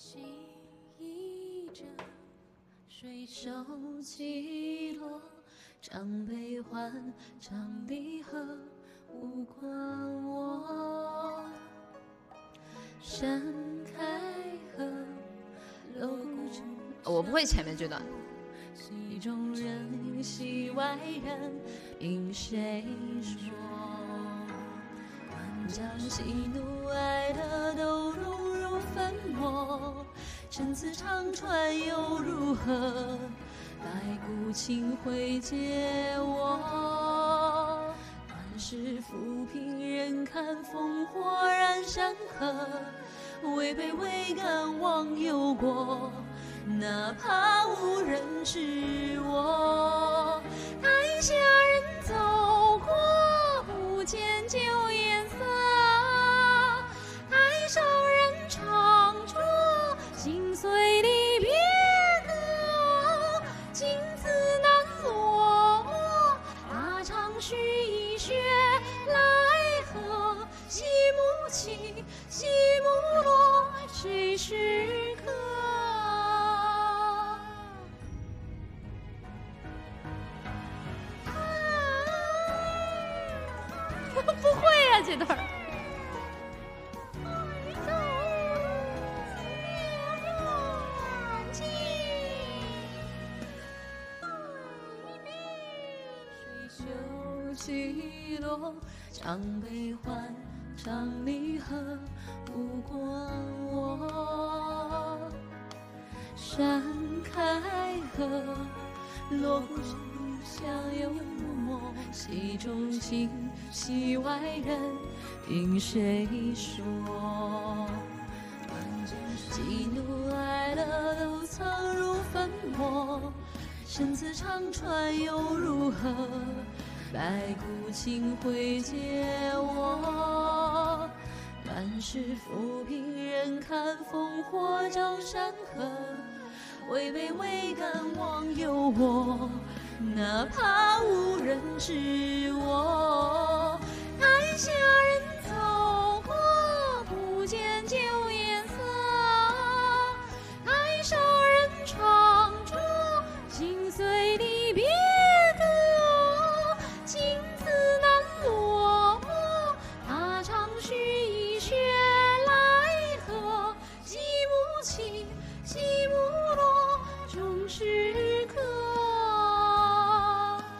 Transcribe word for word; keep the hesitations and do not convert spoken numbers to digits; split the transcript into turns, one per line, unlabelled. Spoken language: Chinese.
水手起落，唱悲欢，唱离合，无关我。山开合，楼成。
我不会前面这段。
戏中人，戏外人，凭谁说？将喜怒哀乐都融入粉末，陈词唱穿又如何？白骨青灰皆我。乱世浮萍人看烽火燃山河，违背未敢忘忧国，哪怕无人知我。台下人走过，不见旧颜色，台上人唱着心碎离别歌，金字难落，大唱须以血来和，戏幕起，戏幕落，谁是客？不会呀、啊，这段。水袖起落，唱悲欢，唱离合，无关我。山开合，锣鼓响又默，戏中情，戏外人，凭谁说？喜怒哀乐都藏入粉末，陈词唱穿又如何？白骨青灰皆我。乱世浮萍人看烽火照山河，违背未敢忘忧我，哪怕无人知我。